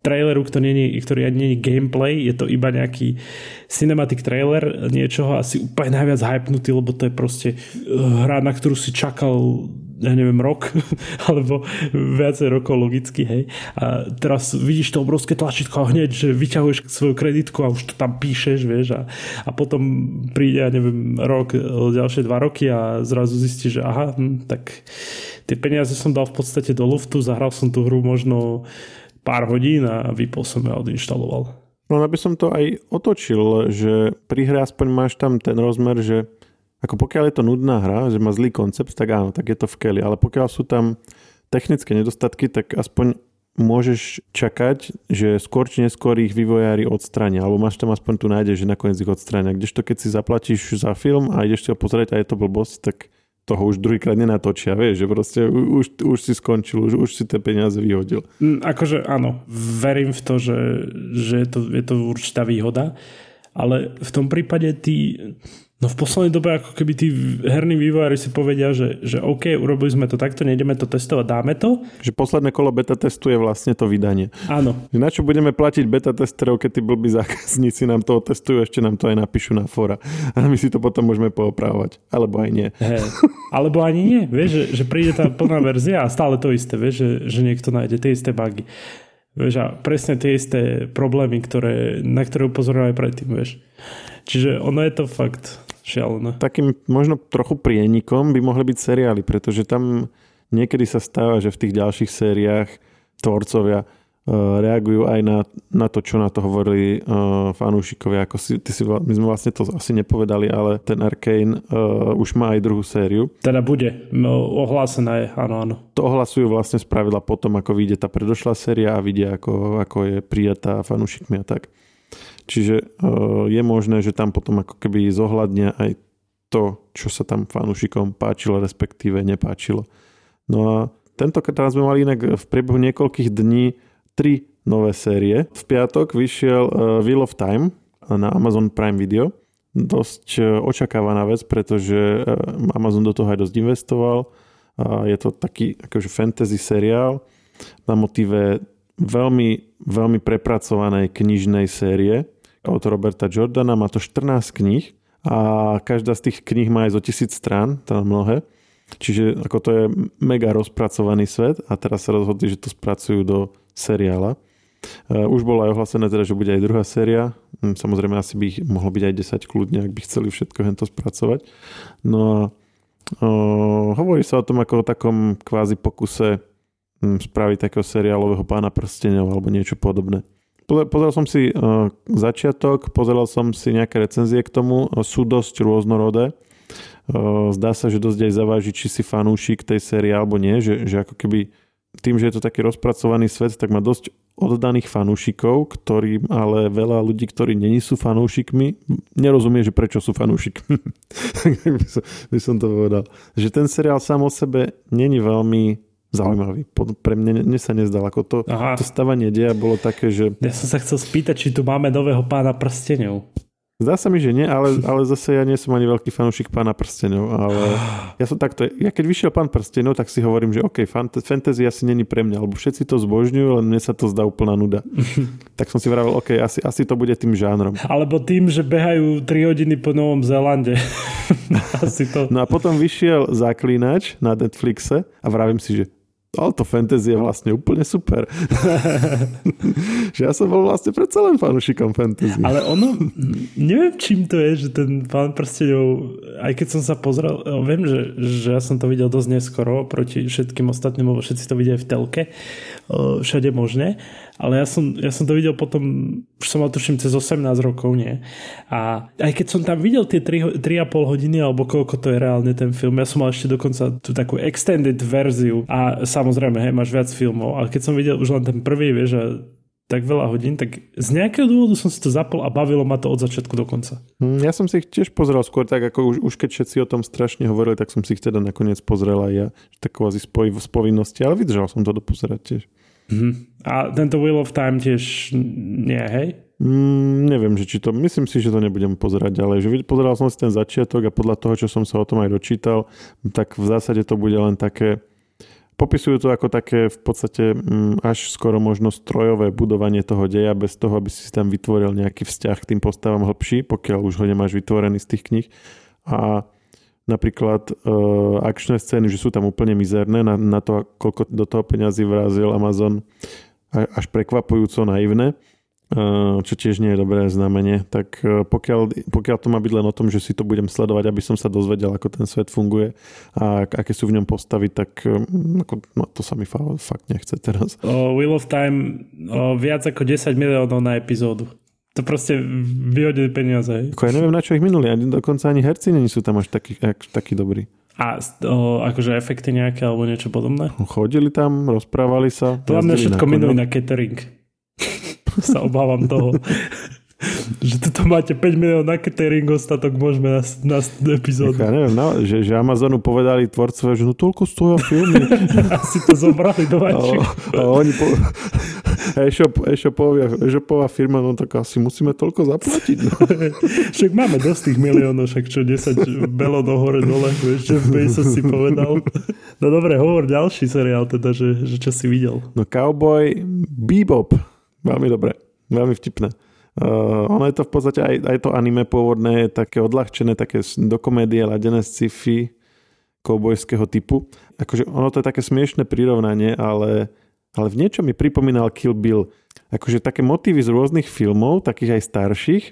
traileru, ktorý nie, ktorý ani nie je gameplay, je to iba nejaký cinematic trailer niečoho asi úplne najviac hypnutý, lebo to je proste hra, na ktorú si čakal ja neviem, rok, alebo viacej rokov logicky, hej. A teraz vidíš to obrovské tlačítko a hneď, že vyťahuješ svoju kreditku a už to tam píšeš, vieš, a, a potom príde, ja neviem, rok, ďalšie dva roky a zrazu zistíš, že aha, hm, tak tie peniaze som dal v podstate do luftu, zahral som tú hru možno pár hodín a vypol som ja odinštaloval. No aby som to aj otočil, že pri hre aspoň máš tam ten rozmer, že ako pokiaľ je to nudná hra, že má zlý koncept, tak áno, tak je to v keli. Ale pokiaľ sú tam technické nedostatky, tak aspoň môžeš čakať, že skôr či neskôr ich vývojári odstrania. Alebo máš tam aspoň tu nádej, že nakoniec ich odstrania. Kdežto keď si zaplatíš za film a ideš si ho pozrieť a je to blbosť, tak toho už druhýkrát nenatočia. Vieš, že proste už, už si skončil, už, už si tie peniaze vyhodil. Mm, akože áno, verím v to, že, že je, to, je to určitá výhoda. Ale v tom prípade ty... No v poslednej dobe ako keby tí herní vývojári si povedia, že, že OK, urobili sme to takto, nejdeme to testovať, dáme to. Že posledné kolo beta testu je vlastne to vydanie. Áno. Že na čo budeme platiť beta testerov, keď tí blbí zákazníci nám to testujú, ešte nám to aj napíšu na fóra. A my si to potom môžeme poopravovať. Alebo aj nie. Hey. Alebo ani nie. Vieš, že, že príde tá plná verzia a stále to isté. Vieš, že, že niekto nájde tie isté bugy. Vieš, a presne tie isté problémy, ktoré, na ktoré upozorňujem aj predtým. Vieš. Čiže ono je to fakt šialené. Takým možno trochu prienikom by mohli byť seriály, pretože tam niekedy sa stáva, že v tých ďalších sériách tvorcovia uh, reagujú aj na, na to, čo na to hovorili uh, fanúšikovia. Ako si, ty si, my sme vlastne to asi nepovedali, ale ten Arcane uh, už má aj druhú sériu. Teda bude. No, ohlásená je, áno, áno. To ohlasujú vlastne spravidla potom, ako vyjde tá predošlá séria a vidia, ako, ako je prijatá fanúšikmi a tak. Čiže uh, je možné, že tam potom ako keby zohľadnia aj to, čo sa tam fanúšikom páčilo, respektíve nepáčilo. No a tentokrát sme mali inak v priebehu niekoľkých dní tri nové série. V piatok vyšiel uh, Wheel of Time na Amazon Prime Video. Dosť uh, očakávaná vec, pretože uh, Amazon do toho aj dosť investoval. Uh, je to taký akože fantasy seriál na motíve veľmi, veľmi prepracovanej knižnej série od Roberta Jordana. Má to štrnásť kníh a každá z tých kníh má aj zo tisíc strán, teda mnohé. Čiže ako to je mega rozpracovaný svet a teraz sa rozhodli, že to spracujú do seriála. Už bolo aj ohlasené teda, že bude aj druhá séria. Samozrejme asi by ich mohlo byť aj desať kľudne, ak by chceli všetko hento spracovať. No a o, hovorí sa o tom ako o takom kvázi pokuse spraviť takého seriálového Pána prsteňov alebo niečo podobné. Pozeral som si uh, začiatok, pozeral som si nejaké recenzie k tomu, sú dosť rôznorodé. Uh, zdá sa, že dosť aj zaváži, či si fanúšik tej série alebo nie, že, že ako keby tým, že je to taký rozpracovaný svet, tak má dosť oddaných fanúšikov, ktorí, ale veľa ľudí, ktorí není sú fanúšikmi, nerozumie, že prečo sú fanúšikmi. by, som, by som to povedal. Že ten seriál sám o sebe není veľmi zaujímavý. Pre mňa, mne sa nezdal. Ako to, to stavanie deja bolo také, že... Ja som sa chcel spýtať, či tu máme nového Pána prsteňov. Zdá sa mi, že nie, ale, ale zase ja nie som ani veľký fanúšik Pána prsteňov. Ale ja som takto... Ja keď vyšiel Pán prsteňov, tak si hovorím, že OK, fantasy asi není pre mňa, lebo všetci to zbožňujú, len mne sa to zdá úplná nuda. Tak som si vravel, OK, asi, asi to bude tým žánrom. Alebo tým, že behajú tri hodiny po Novom Zélande. Asi to... No a potom vyšiel Zaklínač na Netflixe a vravím si, že ale to fantasy je vlastne úplne super. Že ja som bol vlastne predsa len fanúšikom fantasy. Ale ono, neviem čím to je, že ten Pán prsteňov, aj keď som sa pozrel, viem, že, že ja som to videl dosť neskoro proti všetkým ostatným, lebo všetci to vidia v telke, všade možné, ale ja som, ja som to videl potom, už som mal tuším cez osemnásť rokov, nie? A aj keď som tam videl tie tri a pol hodiny, alebo koľko to je reálne ten film, ja som mal ešte dokonca tú takú extended verziu a samozrejme, hej, máš viac filmov, ale keď som videl už len ten prvý, vieš, a tak veľa hodín, tak z nejakého dôvodu som si to zapol a bavilo ma to od začiatku do konca. Ja som si ich tiež pozrel skôr tak, ako už, už keď všetci o tom strašne hovorili, tak som si ich teda nakoniec pozrel aj ja, tak kvázi z povinnosti, ale vydržal som to dopozerať tiež. Mm-hmm. A tento Wheel of Time tiež nie, hej? Mm, neviem, že či to, myslím si, že to nebudem pozerať ďalej. Že pozeral som si ten začiatok a podľa toho, čo som sa o tom aj dočítal, tak v zásade to bude len také Popisujú to ako také v podstate až skoro možno strojové budovanie toho deja bez toho, aby si tam vytvoril nejaký vzťah k tým postavám hlbší, pokiaľ už ho nemáš vytvorený z tých kníh. A napríklad e, akčné scény, že sú tam úplne mizerné na, na to, koľko do toho peňazí vrazil Amazon, až prekvapujúco naivné, čo tiež nie je dobré znamenie. Tak pokiaľ, pokiaľ to má byť len o tom, že si to budem sledovať, aby som sa dozvedel, ako ten svet funguje a aké sú v ňom postavy, tak ako, no, to sa mi fakt nechce teraz. O Wheel of Time o viac ako desať miliónov na epizódu. To proste vyhodili peniaze. Ako ja neviem, na čo ich minuli. Ani, dokonca ani herci nie sú tam až takí, takí dobrí. A o, akože efekty nejaké alebo niečo podobné? Chodili tam, rozprávali sa. To hlavne všetko minuli na catering. Sa obávam toho, že toto máte päť miliónov na catering, ostatok môžeme na, na epizódu. Ja neviem, no, že, že Amazonu povedali tvorcové, že no toľko stoja filmy. Asi to zobrali do vašich. A, a oni po... e-shop, e-shopovia, e-shopová firma, no tak asi musíme toľko zaplatiť. No. Však máme dosť tých miliónov, však čo desať belo do hore dole, ešte v Bezos si povedal. No dobre, hovor ďalší seriál teda, že, že čo si videl. No Cowboy Bebop. Veľmi dobre, veľmi vtipné. Uh, ono je to v podstate aj, aj to anime pôvodné, také odľahčené, také do komédie ladené sci-fi cowboyského typu. Akože ono to je také smiešné prirovnanie, ale, ale v niečom mi pripomínal Kill Bill. Akože také motívy z rôznych filmov, takých aj starších,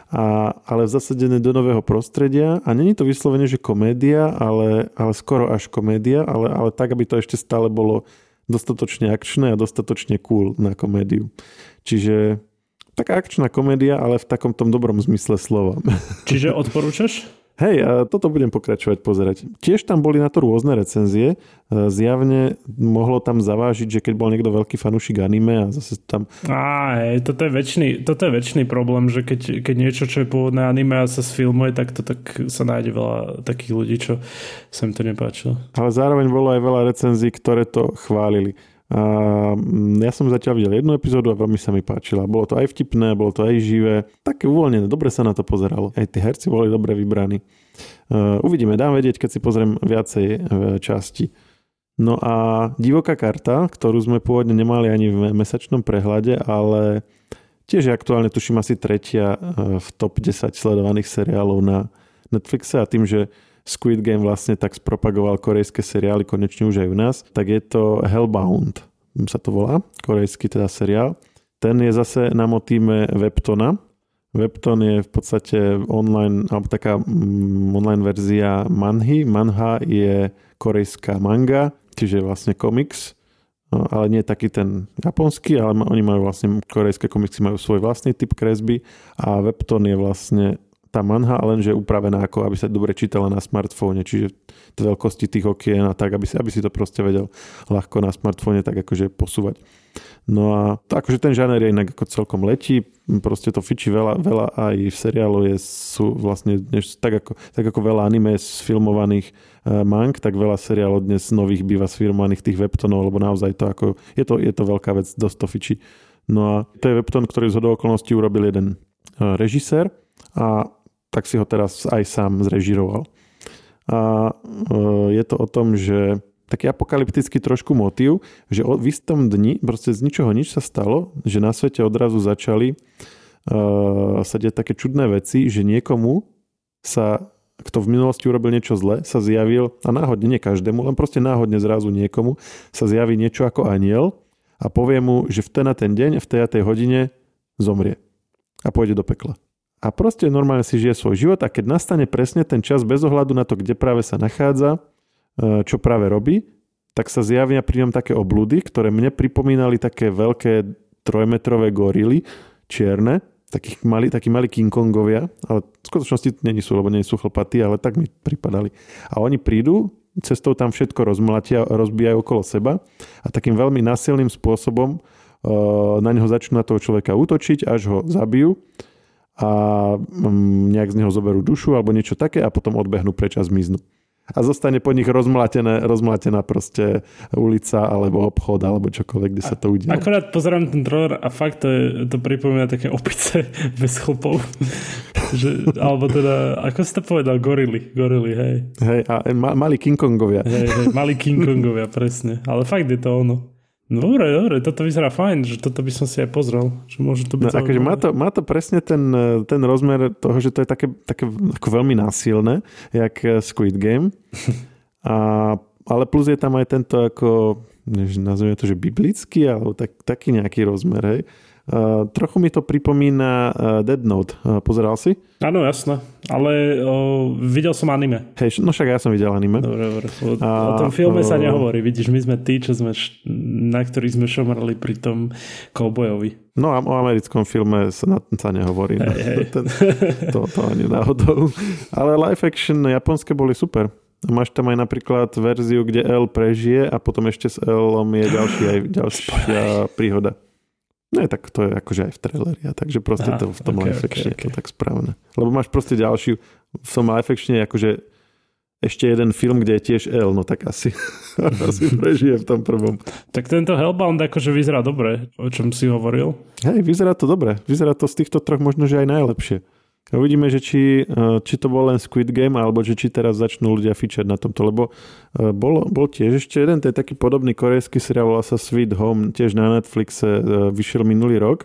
a, ale zasadené do nového prostredia. A není to vyslovene, že komédia, ale, ale skoro až komédia, ale, ale tak, aby to ešte stále bolo dostatočne akčné a dostatočne cool na komédiu. Čiže taká akčná komédia, ale v takom tom dobrom zmysle slova. Čiže odporúčaš? Hej, a toto budem pokračovať pozerať. Tiež tam boli na to rôzne recenzie. Zjavne mohlo tam zavážiť, že keď bol niekto veľký fanúšik anime a zase tam... Á, hej, toto je väčší, toto je väčší problém, že keď, keď niečo, čo je pôvodné anime a sa sfilmuje, tak to tak sa nájde veľa takých ľudí, čo sa im to nepáčilo. Ale zároveň bolo aj veľa recenzií, ktoré to chválili. A ja som zatiaľ videl jednu epizódu a veľmi sa mi páčila. Bolo to aj vtipné, bolo to aj živé. Také uvoľnené, dobre sa na to pozeralo. Aj tí herci boli dobre vybraní. Uh, uvidíme, dám vedieť, keď si pozriem viacej uh, časti. No a Divoká karta, ktorú sme pôvodne nemali ani v mesačnom prehľade, ale tiež je aktuálne, tuším, asi tretia uh, v top desať sledovaných seriálov na Netflixe a tým, že Squid Game vlastne tak spropagoval korejské seriály, konečne už aj u nás, tak je to Hellbound, sa to volá, korejský teda seriál. Ten je zase na motíme Webtona. Webton je v podstate online, alebo taká mm, online verzia manhy. Manha je korejská manga, čiže vlastne komiks, ale nie taký ten japonský, ale oni majú vlastne, korejské komiksy majú svoj vlastný typ kresby a Webton je vlastne tá manha, lenže upravená ako, aby sa dobre čítala na smartfóne, čiže veľkosti tých okien a tak, aby si, aby si to proste vedel ľahko na smartfóne tak akože posúvať. No a to, akože ten žáner je inak ako celkom letí, proste to fičí veľa, veľa aj v seriálu je, sú vlastne než, tak, ako, tak ako veľa anime z filmovaných uh, mang, tak veľa seriálov dnes nových býva z filmovaných tých webtonov, lebo naozaj to ako, je to, je to veľká vec, dosť to fičí. No a to je webton, ktorý z hodou okolností urobil jeden uh, režisér a tak si ho teraz aj sám zrežiroval. A je to o tom, že taký apokalyptický trošku motív, že v istom dni, proste z ničoho nič sa stalo, že na svete odrazu začali uh, sa deť také čudné veci, že niekomu sa, kto v minulosti urobil niečo zlé, sa zjavil, a náhodne, nie každému, len proste náhodne zrazu niekomu sa zjaví niečo ako anjel a povie mu, že v ten a ten deň, v tej a tej hodine zomrie a pôjde do pekla. A proste normálne si žije svoj život a keď nastane presne ten čas bez ohľadu na to, kde práve sa nachádza, čo práve robí, tak sa zjavia pri ňom také obludy, ktoré mne pripomínali také veľké trojmetrové gorily, čierne, takých mali, takí malí King Kongovia, ale v skutočnosti nie sú, lebo nie sú chlpatí, ale tak mi pripadali. A oni prídu, cestou tam všetko rozmlatia, rozbijajú okolo seba a takým veľmi násilným spôsobom na neho začnú na toho človeka útočiť, až ho zabijú a nejak z neho zoberú dušu alebo niečo také a potom odbehnú preč a zmiznú. a zostane po nich rozmlatené, rozmlatená proste ulica alebo obchod alebo čokoľvek, kde sa to udialo. Akorát pozerám ten trailer a fakt to, je, to pripomína také opice bez chlpov. Že, alebo teda, ako si to povedal, gorily, gorily, hej. Hej, a ma, mali King Kongovia. Hej, hej, mali King Kongovia, presne. Ale fakt je to ono. No dobre, dobre, toto vyzerá fajn, že toto by som si aj pozrel. Že môže to byť no, akože má, to, má to presne ten, ten rozmer toho, že to je také, také ako veľmi násilné, jak Squid Game. A, ale plus je tam aj tento ako, nazvime to, že biblický, alebo tak, taký nejaký rozmer, hej. Uh, trochu mi to pripomína uh, Dead Note. Uh, pozeral si? Áno, jasné. Ale uh, videl som anime. Hej, no však ja som videl anime. Dobre, dobre. O, uh, o tom filme uh, sa nehovorí. Vidíš, my sme tí, čo sme š- na ktorých sme šomrali pri tom koubojovi. No a o americkom filme sa, na, sa nehovorí. Hej, no. hej. To, to, to ani náhodou. Ale live action japonské boli super. Máš tam aj napríklad verziu, kde L prežije a potom ešte s Lom je ďalší, aj ďalšia príhoda. No tak to je akože aj v traileri, takže proste Aha, to v tom okay, live action okay, okay. je to tak správne. Lebo máš proste ďalšiu, v tom live action je akože ešte jeden film, kde je tiež L, no tak asi, asi prežije v tom prvom. Tak tento Hellbound akože vyzerá dobre, o čom si hovoril. Hej, vyzerá to dobre. Vyzerá to z týchto troch možno, že aj najlepšie. Uvidíme, že či, či to bol len Squid Game, alebo že či teraz začnú ľudia fičať na tomto, lebo bol, bol tiež ešte jeden, to je taký podobný korejský seriál, volá sa Sweet Home, tiež na Netflixe vyšiel minulý rok,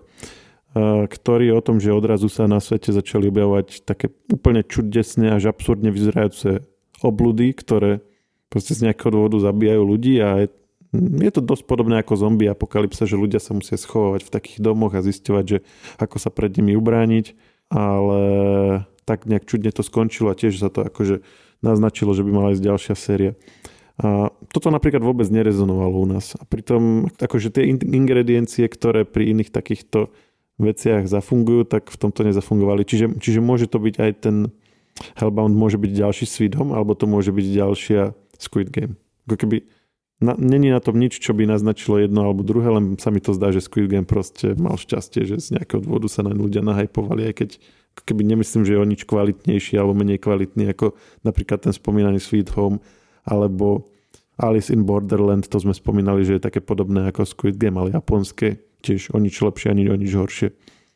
ktorý je o tom, že odrazu sa na svete začali objavovať také úplne čudesne až absurdne vyzerajúce obludy, ktoré proste z nejakého dôvodu zabíjajú ľudí a je, je to dosť podobné ako zombie apokalypsa, že ľudia sa musia schovávať v takých domoch a zisťovať, že ako sa pred nimi ubrániť. Ale tak nejak čudne to skončilo a tiež sa to akože naznačilo, že by mala ísť ďalšia séria. A toto napríklad vôbec nerezonovalo u nás. A pritom akože tie ingrediencie, ktoré pri iných takýchto veciach zafungujú, tak v tomto nezafungovali. Čiže, čiže môže to byť aj ten Hellbound, môže byť ďalší Sweet Home, alebo to môže byť ďalšia Squid Game. Ako keby Na, není na tom nič, čo by naznačilo jedno alebo druhé, len sa mi to zdá, že Squid Game proste mal šťastie, že z nejakého dôvodu sa na ľudia nahypovali, aj keď keby nemyslím, že je o nič kvalitnejší alebo menej kvalitný ako napríklad ten spomínaný Sweet Home alebo Alice in Borderland, to sme spomínali, že je také podobné ako Squid Game, ale japonské, tiež o nič lepšie ani o nič horšie.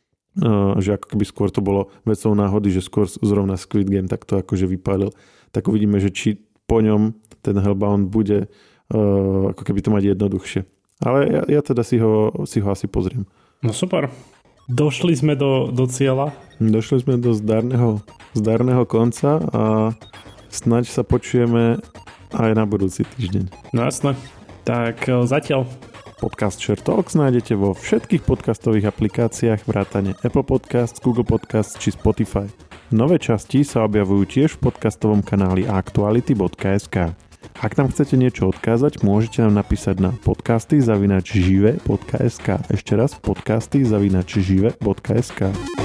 Uh, že ako keby skôr to bolo vecou náhody, že skôr zrovna Squid Game takto akože vypálil. Tak uvidíme, že či po ňom ten Hellbound bude Uh, ako keby to mať jednoduchšie. Ale ja, ja teda si ho, si ho asi pozriem. No super. Došli sme do, do cieľa. Došli sme do zdarného, zdarného konca a snáď sa počujeme aj na budúci týždeň. No jasné. Tak zatiaľ. Podcast Share Talks nájdete vo všetkých podcastových aplikáciách vrátane Apple Podcasts, Google Podcasts či Spotify. Nové časti sa objavujú tiež v podcastovom kanáli aktuality bodka es ká. Ak nám chcete niečo odkázať, môžete nám napísať na podcasty zavináč žive bodka es ká. Ešte raz podcasty zavináč žive bodka es ká.